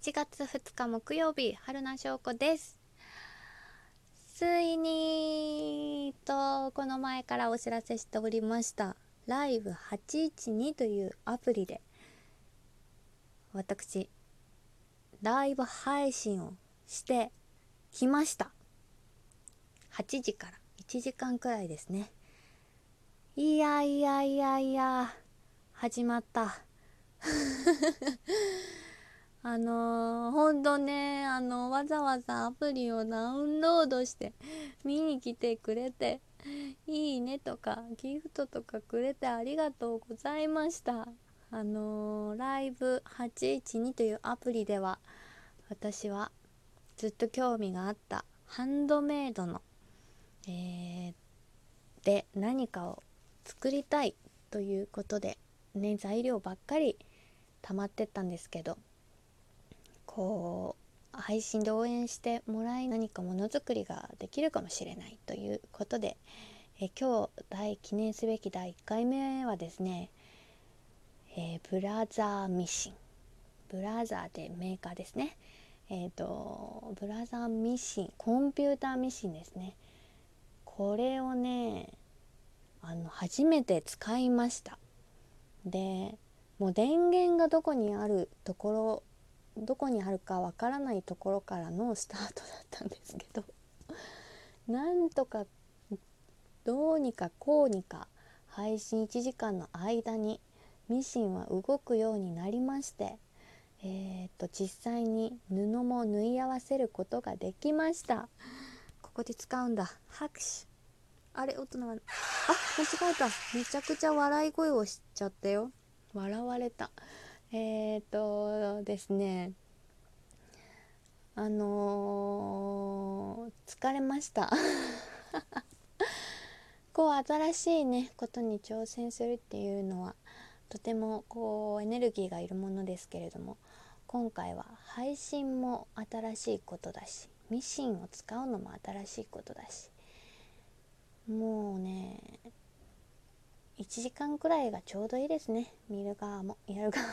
7月2日木曜日、春名翔子です。ついにこの前からお知らせしておりましたライブ812というアプリで私ライブ配信をしてきました。8時から1時間くらいですね。いや始まったほんとね、わざわざアプリをダウンロードして見に来てくれて、いいねとかギフトとかくれてありがとうございました。ライブ812というアプリでは、私はずっと興味があったハンドメイドの、で何かを作りたいということでね、材料ばっかり溜まってったんですけど、こう配信で応援してもらい何かものづくりができるかもしれないということで、今日記念すべき第1回目はですね、ブラザーミシン、ブラザーでメーカーですね。ブラザーミシン、コンピューターミシンですね。これをね、初めて使いました。でもう電源がどこにあるかわからないところからのスタートだったんですけどなんとかどうにかこうにか配信1時間の間にミシンは動くようになりまして、実際に布も縫い合わせることができました。ここで使うんだ。拍手。あれ、音が間違えた。めちゃくちゃ笑い声をしちゃったよ。笑われた。ですね、疲れましたこう新しいねことに挑戦するっていうのはとてもこうエネルギーがいるものですけれども、今回は配信も新しいことだし、ミシンを使うのも新しいことだし、もうね1時間くらいがちょうどいいですね。見る側もやる側も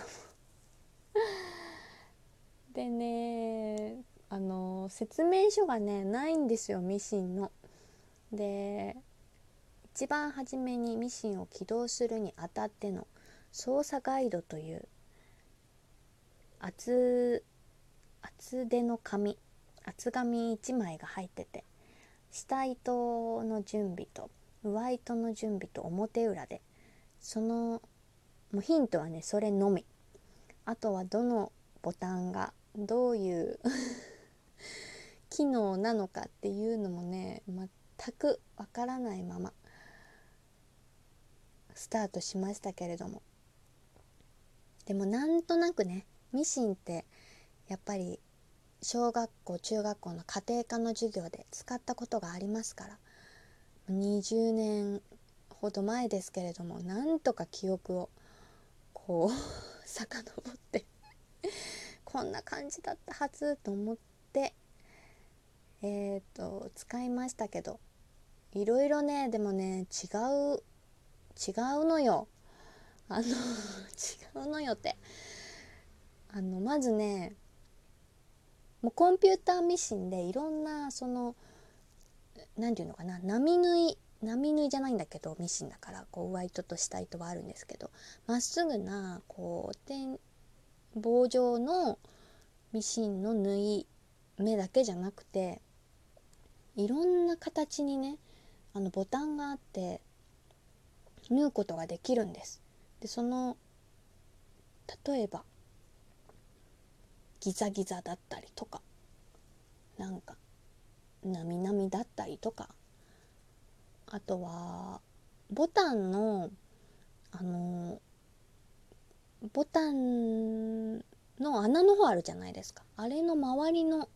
でね、説明書がねないんですよ、ミシンの。で一番初めにミシンを起動するにあたっての操作ガイドという厚手の厚紙1枚が入ってて、下糸の準備と上糸の準備と表裏で、もうヒントはねそれのみ。あとはどのボタンがどういう機能なのかっていうのもね全くわからないままスタートしましたけれども、でもなんとなくね、ミシンってやっぱり小学校中学校の家庭科の授業で使ったことがありますから、20年ほど前ですけれども、なんとか記憶をこう遡ってこんな感じだったはずと思って使いましたけど、いろいろね、でもね違うのよ違うのよって、まずね、もうコンピューターミシンでいろんななんていうのかな、波縫いじゃないんだけど、ミシンだからこう上糸と下糸はあるんですけど、まっすぐなこう棒状のミシンの縫い目だけじゃなくて、いろんな形にねボタンがあって縫うことができるんです。で例えばギザギザだったりとか、なんかなみなみだったりとか、あとはボタンのボタンの穴の方あるじゃないですか。あれの周りの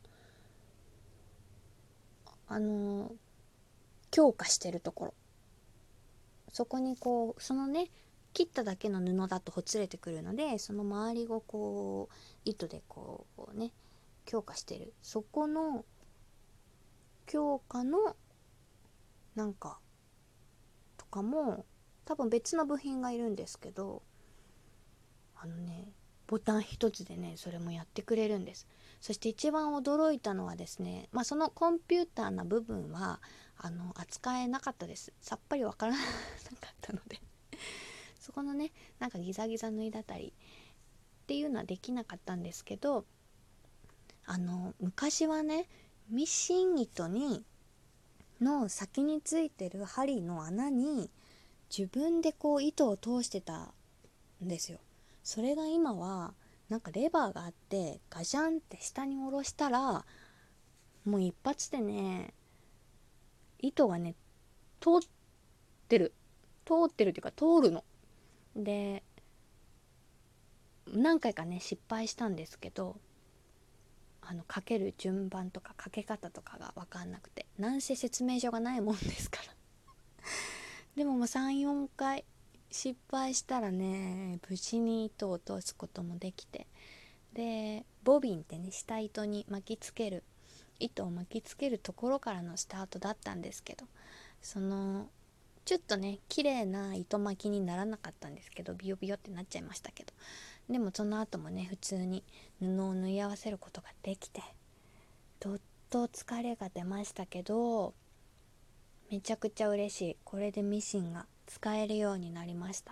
強化してるところ、そこにこう切っただけの布だとほつれてくるので、その周りをこう糸でこうね強化してる、そこの強化のなんかとかも多分別の部品がいるんですけど、 ボタン一つでねそれもやってくれるんです。そして一番驚いたのはですね、そのコンピューターな部分は扱えなかったです。さっぱりわからなかったのでそこのねなんかギザギザ縫いだったりっていうのはできなかったんですけど、昔はねミシン糸の先についてる針の穴に自分でこう糸を通してたんですよ。それが今はなんかレバーがあってガジャンって下に下ろしたらもう一発でね糸がね通ってるっていうか通るので、何回かね失敗したんですけど、かける順番とかかけ方とかが分かんなくて、なんせ説明書がないもんですからでももう3、4回失敗したらね無事に糸を通すこともできて、でボビンってね下糸に巻きつける糸を巻きつけるところからのスタートだったんですけど、そのちょっとね綺麗な糸巻きにならなかったんですけど、ビヨビヨってなっちゃいましたけど、でもその後もね普通に布を縫い合わせることができて、どっと疲れが出ましたけどめちゃくちゃ嬉しい。これでミシンが使えるようになりました。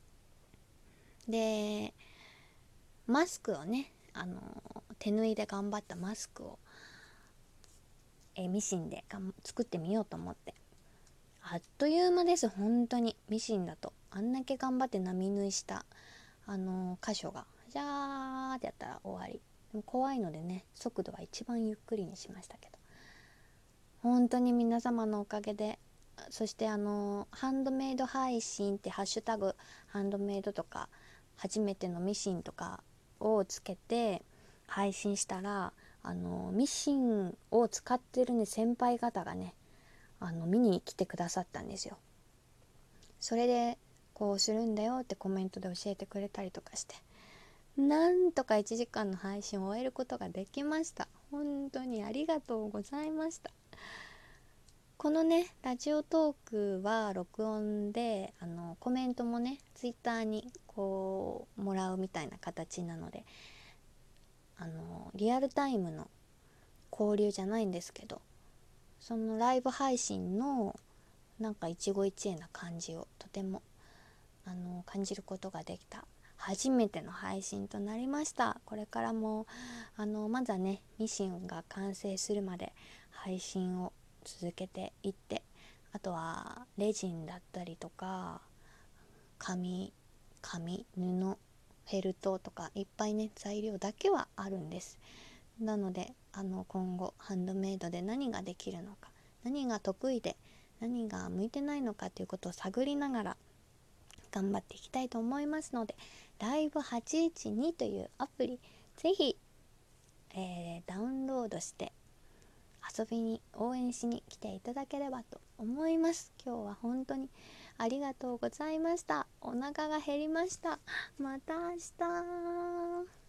でマスクをね手縫いで頑張ったマスクをミシンで作ってみようと思って、あっという間です。本当にミシンだとあんだけ頑張って並縫いした箇所がジャーってやったら終わり。でも怖いのでね速度は一番ゆっくりにしましたけど、本当に皆様のおかげで、そしてハンドメイド配信ってハッシュタグハンドメイドとか初めてのミシンとかをつけて配信したらミシンを使ってるね先輩方がね見に来てくださったんですよ。それでこうするんだよってコメントで教えてくれたりとかして、なんとか1時間の配信を終えることができました。本当にありがとうございました。このねラジオトークは録音でコメントもねツイッターにこうもらうみたいな形なのでリアルタイムの交流じゃないんですけど、そのライブ配信のなんか一期一会な感じをとても感じることができた初めての配信となりました。これからもまずはねミシンが完成するまで配信を続けていって、あとはレジンだったりとか紙布フェルトとかいっぱいね材料だけはあるんです。なので今後ハンドメイドで何ができるのか、何が得意で何が向いてないのかということを探りながら頑張っていきたいと思いますので、ライブ812というアプリぜひ、ダウンロードして遊びに応援しに来ていただければと思います。今日は本当にありがとうございました。お腹が減りました。また明日。